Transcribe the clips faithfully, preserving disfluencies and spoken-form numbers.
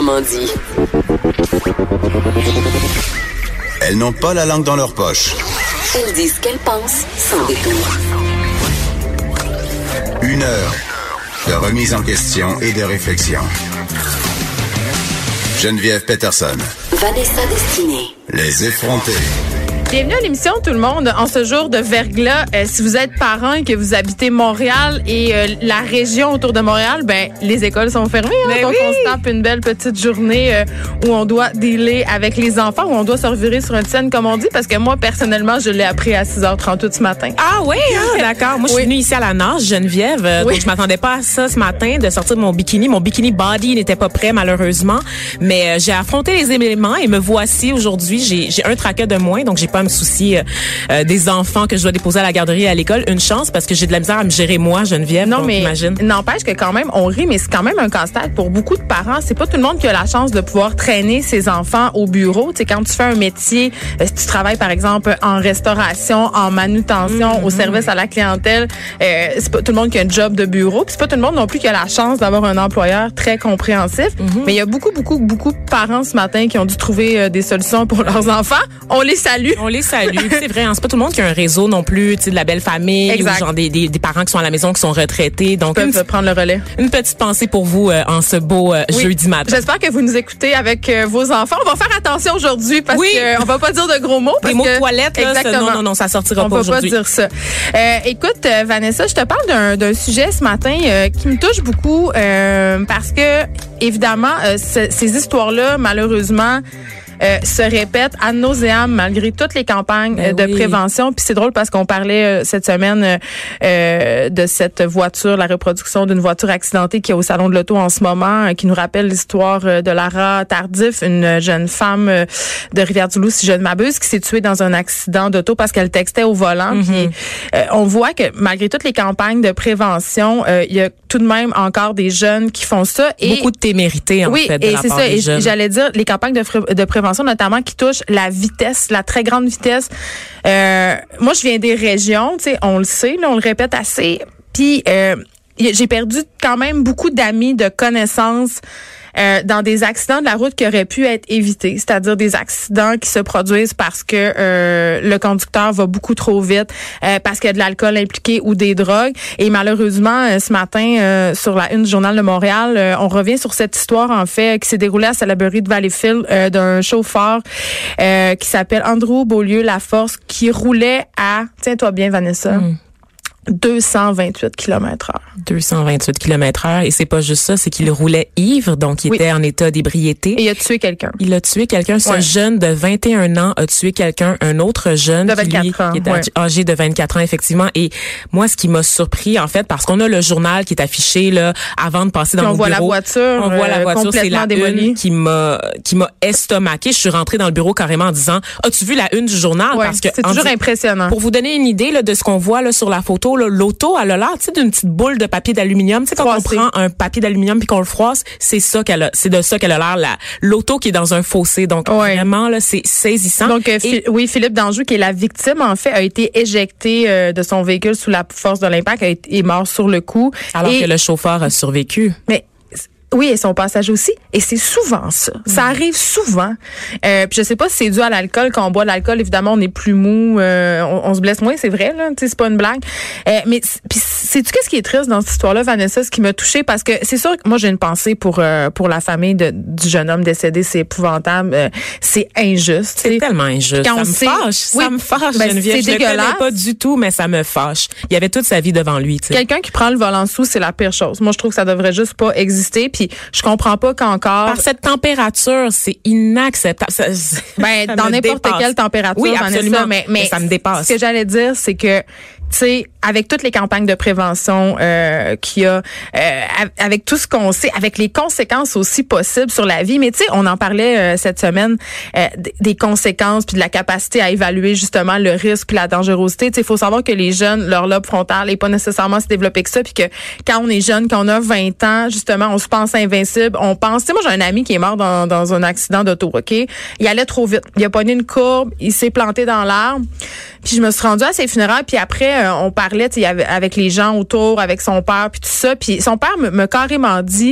Autrement dit. Elles n'ont pas la langue dans leur poche. Elles disent ce qu'elles pensent sans détour. Une heure de remise en question et de réflexion. Geneviève Peterson. Vanessa Destinée. Les effrontés. Bienvenue à l'émission tout le monde. En ce jour de verglas, euh, si vous êtes parent et que vous habitez Montréal et euh, la région autour de Montréal, ben les écoles sont fermées. Hein, donc oui. On se tape une belle petite journée euh, où on doit dealer avec les enfants, où on doit se revirer sur une scène comme on dit, parce que moi personnellement, je l'ai appris à six heures trente-huit ce matin. Ah oui, hein, d'accord. Moi je suis oui. venue ici à la nage, Geneviève, euh, oui. donc je m'attendais pas à ça ce matin, de sortir de mon bikini. Mon bikini body n'était pas prêt malheureusement, mais euh, j'ai affronté les éléments et me voici aujourd'hui. J'ai, j'ai un tracas de moins, donc j'ai pas à me soucier euh, des enfants que je dois déposer à la garderie et à l'école. Une chance parce que j'ai de la misère à me gérer moi, Geneviève. Non, donc, mais imagine. N'empêche que quand même, on rit, mais c'est quand même un casse-tête pour beaucoup de parents. C'est pas tout le monde qui a la chance de pouvoir traîner ses enfants au bureau. Tu sais, quand tu fais un métier, euh, si tu travailles par exemple en restauration, en manutention, mmh, au service à la clientèle, euh, c'est pas tout le monde qui a un job de bureau. Puis c'est pas tout le monde non plus qui a la chance d'avoir un employeur très compréhensif. Mmh. Mais il y a beaucoup, beaucoup, beaucoup de parents ce matin qui ont dû trouver euh, des solutions pour leurs enfants. On les salue. On les salue. C'est vrai, hein, c'est pas tout le monde qui a un réseau non plus, tu sais, de la belle famille, exact. Ou genre des, des, des parents qui sont à la maison, qui sont retraités. Donc, ils peuvent prendre le relais. Une petite pensée pour vous euh, en ce beau euh, oui. jeudi matin. J'espère que vous nous écoutez avec euh, vos enfants. On va faire attention aujourd'hui parce oui. que on va pas dire de gros mots. Parce des mots que, de toilette, là, exactement. Ça, non, non, non, ça sortira on pas aujourd'hui. On va pas dire ça. Euh, écoute, euh, Vanessa, je te parle d'un, d'un sujet ce matin euh, qui me touche beaucoup euh, parce que, évidemment, euh, c- ces histoires-là, malheureusement, Euh, se répète ad nauseam malgré toutes les campagnes ben euh, de oui. prévention. Puis c'est drôle parce qu'on parlait euh, cette semaine euh, euh, de cette voiture, la reproduction d'une voiture accidentée qui est au Salon de l'Auto en ce moment, euh, qui nous rappelle l'histoire euh, de Lara Tardif, une jeune femme euh, de Rivière-du-Loup, si je ne m'abuse, qui s'est tuée dans un accident d'auto parce qu'elle textait au volant. Mm-hmm. Puis euh, on voit que malgré toutes les campagnes de prévention, euh, il y a tout de même encore des jeunes qui font ça. Et beaucoup de témérité, en oui, fait, de et la c'est part ça. des Et jeunes. j'allais dire, les campagnes de, fr- de prévention notamment qui touchent la vitesse, la très grande vitesse. Euh, moi, je viens des régions, tu sais, on le sait, là, on le répète assez. Puis, euh, j'ai perdu quand même beaucoup d'amis, de connaissances Euh, dans des accidents de la route qui auraient pu être évités, c'est-à-dire des accidents qui se produisent parce que euh, le conducteur va beaucoup trop vite, euh, parce qu'il y a de l'alcool impliqué ou des drogues. Et malheureusement, euh, ce matin, euh, sur la une du Journal de Montréal, euh, on revient sur cette histoire, en fait, qui s'est déroulée à Salaberry de Valleyfield, euh, d'un chauffeur euh, qui s'appelle Andrew Beaulieu-Laforce, qui roulait à, tiens-toi bien, Vanessa, mm. deux cent vingt-huit kilomètres heure. deux cent vingt-huit kilomètres heure. Et c'est pas juste ça, c'est qu'il roulait ivre, donc il oui. était en état d'ébriété. Et il a tué quelqu'un. Il a tué quelqu'un. Ce ouais. jeune de vingt et un ans a tué quelqu'un, un autre jeune de vingt-quatre qui, lui, ans, qui est ouais. âgé de vingt-quatre ans, effectivement. Et moi, ce qui m'a surpris, en fait, parce qu'on a le journal qui est affiché là avant de passer dans mon bureau. On voit la voiture. On voit la voiture. Euh, c'est la démolie. une qui m'a qui m'a estomaqué. Je suis rentrée dans le bureau carrément en disant, as-tu vu la une du journal? Ouais, parce que c'est toujours dit, impressionnant. Pour vous donner une idée là, de ce qu'on voit là sur la photo, là, l'auto, elle a l'air, tu sais, d'une petite boule de papier d'aluminium. Tu sais, quand Froissé. on prend un papier d'aluminium puis qu'on le froisse, c'est ça qu'elle a, c'est de ça qu'elle a l'air, la, l'auto qui est dans un fossé. Donc, ouais. vraiment, là, c'est saisissant. Donc, euh, Et, oui, Philippe Danjou, qui est la victime, en fait, a été éjecté euh, de son véhicule sous la force de l'impact, a été, est mort sur le coup. Alors et, que le chauffeur a survécu. Mais, oui, et son passager aussi. Et c'est souvent ça. Mmh. Ça arrive souvent. Euh, puis je sais pas si c'est dû à l'alcool. Quand on boit de l'alcool, évidemment, on est plus mou, euh, on, on se blesse moins, c'est vrai, là. Tu sais, c'est pas une blague. Euh, mais puis sais-tu qu'est-ce qui est triste dans cette histoire-là, Vanessa, ce qui m'a touchée? Parce que c'est sûr que moi, j'ai une pensée pour euh, pour la famille de, du jeune homme décédé. C'est épouvantable. Euh, c'est injuste. C'est tellement injuste. Quand ça on me sait, fâche. Oui, ça me fâche, ben, Geneviève. C'est je dégueulasse. le connais pas du tout, mais ça me fâche. Il y avait toute sa vie devant lui, tu sais. Quelqu'un qui prend le volant sous, c'est la pire chose. Moi, je trouve que ça devrait juste pas exister. Puis je comprends pas qu'encore. Par cette température, c'est inacceptable. Ça, ben, ça dans n'importe dépasse. quelle température, oui, absolument. Vanessa, mais, mais, mais ça me dépasse. Ce que j'allais dire, c'est que, tu sais, avec toutes les campagnes de prévention euh, qu'il y a, euh, avec tout ce qu'on sait, avec les conséquences aussi possibles sur la vie, mais tu sais, on en parlait euh, cette semaine, euh, des conséquences puis de la capacité à évaluer justement le risque puis la dangerosité. Tu sais, il faut savoir que les jeunes, leur lobe frontal n'est pas nécessairement si développé que ça, puis que quand on est jeune, quand on a vingt ans, justement, on se pense invincible, on pense, tu sais, moi j'ai un ami qui est mort dans, dans un accident d'auto, OK? Il allait trop vite, il a pogné une courbe, il s'est planté dans l'arbre, puis je me suis rendue à ses funérailles, puis après, euh, on parlait, tu sais, avec les gens autour, avec son père, puis tout ça, puis son père m'a carrément dit,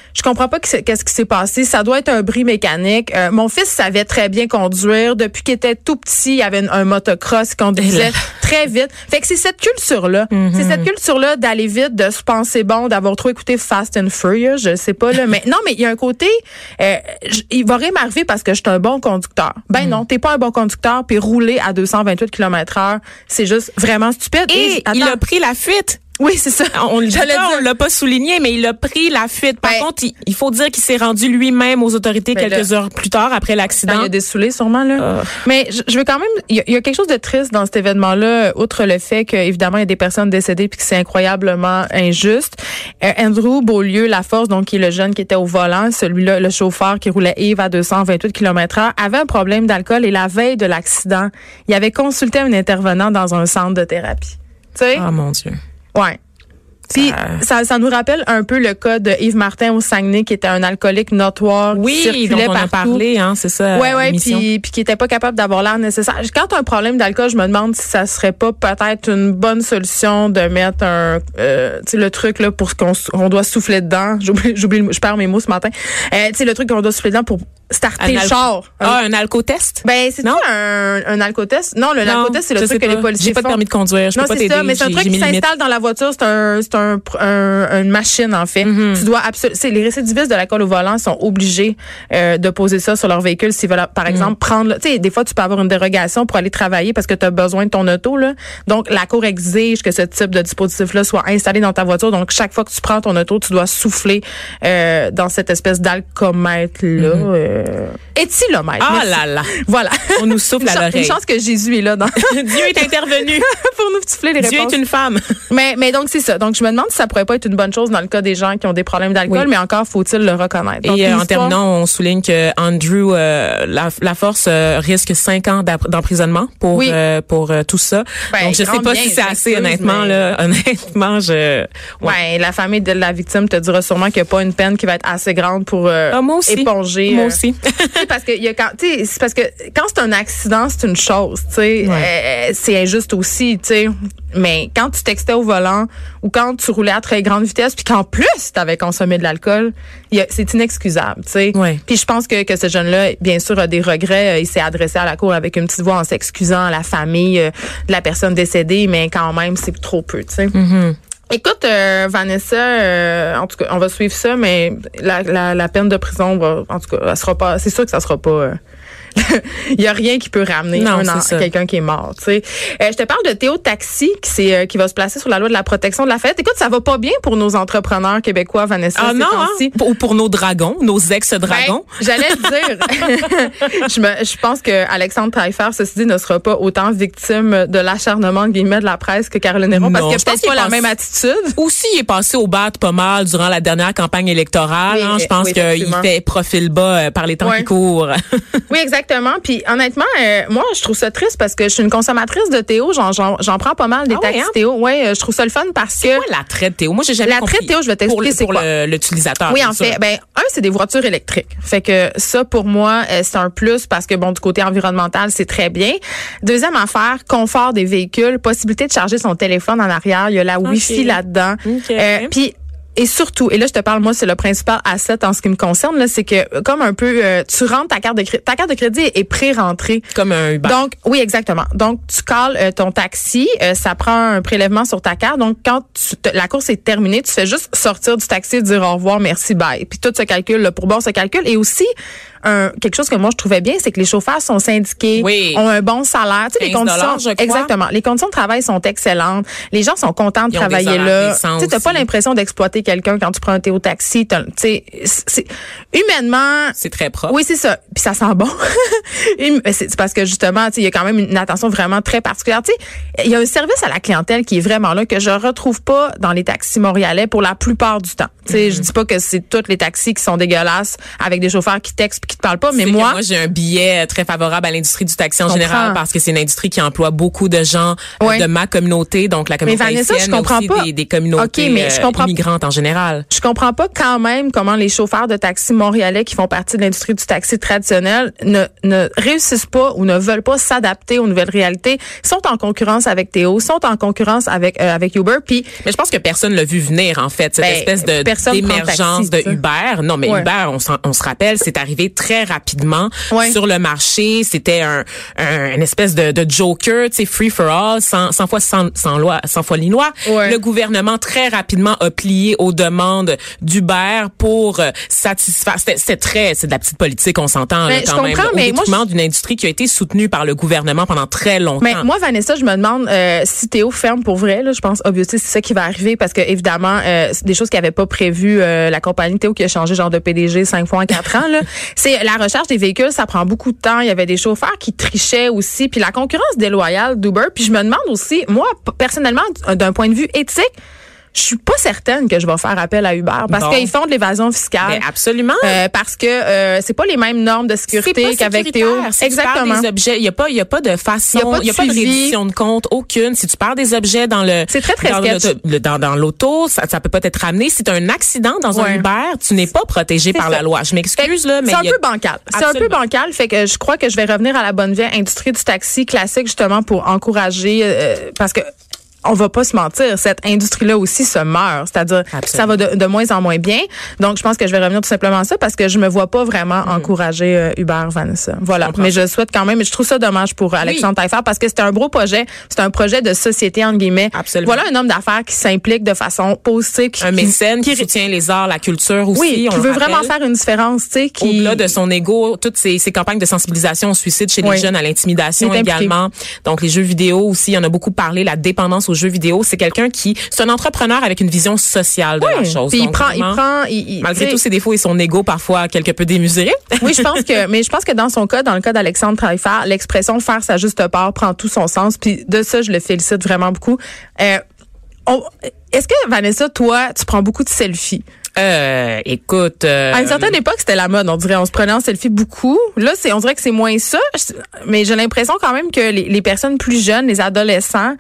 Je comprends pas qu'est-ce qui s'est passé. Ça doit être un bris mécanique. Euh, mon fils savait très bien conduire. Depuis qu'il était tout petit, il y avait une, un motocross qu'on conduisait très vite. Fait que c'est cette culture-là. Mm-hmm. C'est cette culture-là d'aller vite, de se penser bon, d'avoir trop écouté Fast and Furious. Je sais pas, là. Mais non, mais il y a un côté, euh, j- il va rien m'arriver parce que je suis un bon conducteur. Ben mm. non, t'es pas un bon conducteur, puis rouler à deux cent vingt-huit kilomètres heure, c'est juste vraiment stupide. Et, Et il a pris la fuite. Oui, c'est ça. On ne l'a pas souligné, mais il a pris la fuite. Par ben, contre, il, il faut dire qu'il s'est rendu lui-même aux autorités ben quelques là, heures plus tard après l'accident. Il y a des saoulés sûrement là. Euh. Mais je, je veux quand même, il y, a, il y a quelque chose de triste dans cet événement-là, outre le fait qu'évidemment il y a des personnes décédées puis que c'est incroyablement injuste. Euh, Andrew Beaulieu Laforce, donc qui est le jeune qui était au volant, celui-là, le chauffeur qui roulait Yves à deux cent vingt-huit kilomètres heure, avait un problème d'alcool et la veille de l'accident, il avait consulté un intervenant dans un centre de thérapie. Tu sais? Ah mon Dieu. Ouais. Puis ça... ça, ça nous rappelle un peu le cas de Yves Martin au Saguenay, qui était un alcoolique notoire, oui, qui circulait dont on partout. a parlé, hein, c'est ça. Ouais, ouais, puis puis qui était pas capable d'avoir l'air nécessaire. Quand tu as un problème d'alcool, je me demande si ça serait pas peut-être une bonne solution de mettre un, euh, tu sais, le truc là pour qu'on on doit souffler dedans. J'oublie, j'oublie, je perds mes mots ce matin. Euh, tu sais, le truc qu'on doit souffler dedans pour starter le char. Ah, un alcotest? Ben, c'est un, un alcotest. Non, le alcotest, c'est le truc que pas. les policiers J'ai pas font. de permis de conduire. Je non, peux pas c'est t'aider. ça, mais c'est un truc qui s'installe dans la voiture. C'est un, c'est un, un, une machine, en fait. Mm-hmm. Tu dois absolument, les récidivistes de l'alcool au volant sont obligés, euh, de poser ça sur leur véhicule s'ils veulent, par exemple, mm. prendre, tu sais, des fois, tu peux avoir une dérogation pour aller travailler parce que tu as besoin de ton auto, là. Donc, la cour exige que ce type de dispositif-là soit installé dans ta voiture. Donc, chaque fois que tu prends ton auto, tu dois souffler, euh, dans cette espèce d'alcomètre-là. Mm-hmm. Euh, éthylomètre. Ah merci. là là. Voilà. On nous souffle à l'oreille. Une chance que Jésus est là. Dans... Dieu est intervenu. pour nous souffler les Dieu réponses. Dieu est une femme. Mais, mais donc, c'est ça. Donc, je me demande si ça pourrait pas être une bonne chose dans le cas des gens qui ont des problèmes d'alcool, oui. mais encore faut-il le reconnaître. Donc, et euh, en histoire... terminant, on souligne que Andrew euh, la, Laforce euh, risque cinq ans d'emprisonnement pour oui. euh, pour euh, tout ça. Ben, donc je sais pas bien, si c'est assez honnêtement mais... là. Honnêtement, je ouais. ouais, la famille de la victime te dira sûrement qu'il n'y a pas une peine qui va être assez grande pour euh, ah, moi aussi. éponger. Moi euh, aussi. parce que il y a quand tu sais c'est parce que quand c'est un accident, c'est une chose, tu sais, ouais. euh, c'est injuste aussi, tu sais. Mais quand tu textais au volant ou quand tu roulais à très grande vitesse puis qu'en plus tu avais consommé de l'alcool, y a, c'est inexcusable, tu sais. Ouais. Puis je pense que que ce jeune-là, bien sûr, a des regrets. Il s'est adressé à la cour avec une petite voix en s'excusant à la famille euh, de la personne décédée, mais quand même, c'est trop peu, tu sais. Mm-hmm. Écoute, euh, Vanessa, euh, en tout cas, on va suivre ça, mais la, la, la peine de prison, va, en tout cas, elle sera pas. C'est sûr que ça sera pas. Euh, il y a rien qui peut ramener non, un, quelqu'un qui est mort, tu sais. Euh, je te parle de Théo Taxi qui c'est euh, qui va se placer sur la loi de la protection de la fête. Écoute, ça va pas bien pour nos entrepreneurs québécois, Vanessa. Ah non, hein? Ou pour nos dragons, nos ex-dragons. Ben, j'allais te dire. je me, je pense que Alexandre Taillefer, ceci dit, ne sera pas autant victime de l'acharnement de guillemets de la presse que Caroline Néron, parce qu'il a peut-être pas la même attitude. Aussi, il est passé au bat pas mal durant la dernière campagne électorale. Oui, hein, je pense oui, qu'il fait profil bas euh, par les temps oui. qui courent. Oui, exactement. Puis honnêtement, euh, moi, je trouve ça triste parce que je suis une consommatrice de Théo. J'en, j'en, j'en prends pas mal des ah taxis oui, hein? Théo. Ouais, euh, je trouve ça le fun parce c'est que. C'est quoi l'attrait de Théo? Moi, j'ai jamais l'attrait compris. L'attrait de Théo, je vais t'expliquer pour, c'est pour quoi. Le, l'utilisateur. Oui, en fait, ben un, c'est des voitures électriques. Fait que ça, pour moi, euh, c'est un plus parce que bon, du côté environnemental, c'est très bien. Deuxième affaire, confort des véhicules, possibilité de charger son téléphone en arrière. Il y a la okay. Wi-Fi là-dedans. Okay. Euh, puis et surtout, et là je te parle, moi c'est le principal asset en ce qui me concerne, là, c'est que comme un peu, euh, tu rentres ta carte de crédit, ta carte de crédit est pré-rentrée. Comme un Uber. Donc, oui, exactement. Donc, tu cales euh, ton taxi, euh, ça prend un prélèvement sur ta carte. Donc, quand tu te, la course est terminée, tu fais juste sortir du taxi et dire au revoir, merci, bye. Puis tout se calcule, le pourboire se calcule. Et aussi, un, quelque chose que moi je trouvais bien, c'est que les chauffeurs sont syndiqués, oui. ont un bon salaire. Tu sais, les conditions, je crois. Exactement. Les conditions de travail sont excellentes. Les gens sont contents de Ils travailler là. Tu sais, t'as aussi. pas l'impression d'exploiter quelqu'un quand tu prends un Théo Taxi. Tu sais, c'est humainement. C'est très propre. Oui, c'est ça. Puis ça sent bon. c'est parce que justement, tu sais, il y a quand même une attention vraiment très particulière. Tu sais, il y a un service à la clientèle qui est vraiment là que je retrouve pas dans les taxis montréalais pour la plupart du temps. Tu sais, mm-hmm. je dis pas que c'est tous les taxis qui sont dégueulasses avec des chauffeurs qui textent qui te parle pas. Mais c'est moi, moi, j'ai un billet très favorable à l'industrie du taxi en général parce que c'est une industrie qui emploie beaucoup de gens ouais. de ma communauté, donc la communauté mais Vanessa, haïtienne, je comprends mais aussi pas. Des, des communautés okay, mais je comprends, euh, immigrantes en général. Je comprends pas quand même comment les chauffeurs de taxi montréalais qui font partie de l'industrie du taxi traditionnel ne, ne réussissent pas ou ne veulent pas s'adapter aux nouvelles réalités. Ils sont en concurrence avec Théo, sont en concurrence avec euh, avec Uber. Puis, mais je pense que personne l'a vu venir en fait cette ben, espèce de d'émergence de Uber. Non, mais ouais. Uber, on, on se rappelle, c'est arrivé très rapidement ouais. sur le marché. C'était un, un une espèce de, de joker, tu sais, free for all, sans, sans fois sans, sans loi, sans foi ni loi. Ouais. Le gouvernement très rapidement a plié aux demandes d'Uber pour euh, satisfaire. C'était, c'était très, c'est de la petite politique, on s'entend là, quand même. Au mais détriment moi, d'une industrie qui a été soutenue par le gouvernement pendant très longtemps. Mais moi, Vanessa, je me demande euh, si Théo ferme pour vrai. Là, je pense, obviously, c'est ça qui va arriver parce que évidemment, euh, c'est des choses qui n'avaient pas prévu euh, la compagnie Théo qui a changé genre de P D G cinq fois en quatre ans. Là, c'est la recherche des véhicules, ça prend beaucoup de temps. Il y avait des chauffeurs qui trichaient aussi, puis la concurrence déloyale d'Uber. Puis je me demande aussi, moi personnellement, d'un point de vue éthique, je suis pas certaine que je vais faire appel à Uber parce bon. qu'ils font de l'évasion fiscale. Mais absolument. Euh, parce que euh, c'est pas les mêmes normes de sécurité qu'avec Théo. Si Exactement. Tu des objets, il y a pas il y a pas de façon, il y a pas de, de reddition de compte aucune. Si tu perds des objets dans le C'est très très dans, le, dans, dans l'auto, ça, ça peut pas être ramené. Si tu as un accident dans ouais. un Uber, tu n'es pas protégé c'est par ça. la loi. Je m'excuse là, mais c'est un a... peu bancal. Absolument. C'est un peu bancal, fait que je crois que je vais revenir à la bonne vieille industrie du taxi classique justement pour encourager euh, parce que on va pas se mentir, cette industrie-là aussi se meurt. C'est-à-dire, Absolument. ça va de, de moins en moins bien. Donc, je pense que je vais revenir tout simplement à ça parce que je me vois pas vraiment mmh. encourager euh, Uber, Vanessa. Voilà. Je mais je souhaite quand même, mais je trouve ça dommage pour Alexandre oui. Taillefer parce que c'est un gros projet. C'est un projet de société, entre guillemets. Absolument. Voilà un homme d'affaires qui s'implique de façon positive. Qui, un mécène qui, qui soutient les arts, la culture aussi. Oui, on qui veut rappelle. vraiment faire une différence, tu sais. Qui... Au-delà de son ego, toutes ces, ces campagnes de sensibilisation au suicide chez oui. les jeunes, à l'intimidation également. Donc, les jeux vidéo aussi, il y en a beaucoup parlé, la dépendance aux jeux vidéo. C'est quelqu'un qui, c'est un entrepreneur avec une vision sociale de oui, la chose. Puis Donc, il prend, vraiment, il prend, il, il, malgré tous ses défauts et son ego parfois quelque peu démesuré. Oui, je pense que, mais je pense que dans son cas, dans le cas d'Alexandre Taillefer, l'expression faire sa juste part prend tout son sens. Puis de ça, je le félicite vraiment beaucoup. Euh, on, est-ce que Vanessa, toi, tu prends beaucoup de selfies? Euh, écoute, euh, à une certaine époque, c'était la mode. On dirait, on se prenait en selfie beaucoup. Là, c'est, on dirait que c'est moins ça. Mais j'ai l'impression quand même que les, les personnes plus jeunes, les adolescents,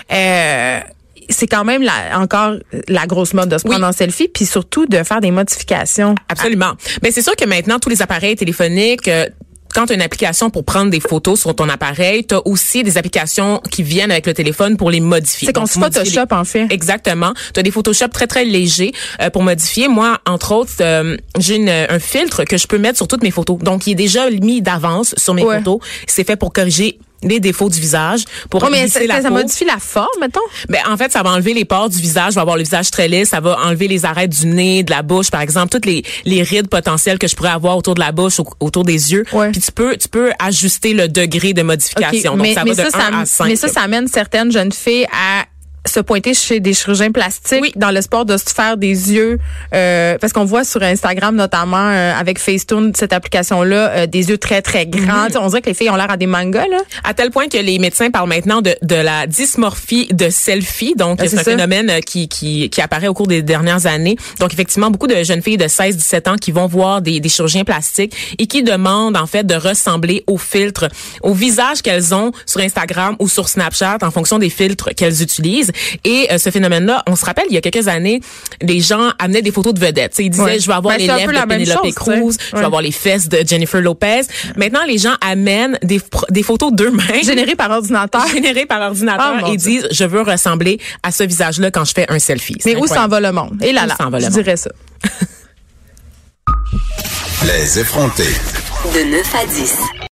euh, c'est quand même la, encore la grosse mode de se prendre oui. en selfie, puis surtout de faire des modifications. Absolument. Mais c'est sûr que maintenant, tous les appareils téléphoniques, euh, quand tu as une application pour prendre des photos sur ton appareil, tu as aussi des applications qui viennent avec le téléphone pour les modifier. C'est qu'on se Photoshop, les... en fait. Exactement. Tu as des Photoshop très, très légers euh, pour modifier. Moi, entre autres, euh, j'ai une, un filtre que je peux mettre sur toutes mes photos. Donc, il est déjà mis d'avance sur mes ouais. photos. C'est fait pour corriger les défauts du visage pour oh, mais lisser la ça peau. modifie la forme, mettons? Ben, en fait, ça va enlever les pores du visage, va avoir le visage très lisse, ça va enlever les arêtes du nez, de la bouche, par exemple, toutes les, les rides potentielles que je pourrais avoir autour de la bouche, au, autour des yeux. Ouais. Puis tu peux, tu peux ajuster le degré de modification. Okay, Donc, mais, ça mais va ça, de un ça, à cinq. Mais ça, ça amène certaines jeunes filles à se pointer chez des chirurgiens plastiques oui. dans l'espoir de se faire des yeux euh, parce qu'on voit sur Instagram notamment euh, avec Facetune cette application là euh, des yeux très très grands. Mm-hmm. On dirait que les filles ont l'air à des mangas là. À tel point que les médecins parlent maintenant de de la dysmorphie de selfie. Donc ah, c'est, c'est un ça. phénomène qui qui qui apparaît au cours des dernières années. Donc effectivement beaucoup de jeunes filles de seize dix-sept ans qui vont voir des des chirurgiens plastiques et qui demandent en fait de ressembler aux filtres, au visage qu'elles ont sur Instagram ou sur Snapchat en fonction des filtres qu'elles utilisent. Et euh, ce phénomène-là, on se rappelle, il y a quelques années, les gens amenaient des photos de vedettes. T'sais, ils disaient, ouais. je vais avoir ben, les lèvres de Penelope Cruz, ouais. je vais avoir les fesses de Jennifer Lopez. Maintenant, les gens amènent des, des photos d'eux-mêmes. Générées par ordinateur. Générées par ordinateur oh, et disent, je veux ressembler à ce visage-là quand je fais un selfie. C'est Mais incroyable. Où s'en va le monde? Et là, là, je dirais ça. Les effrontés. De neuf à dix.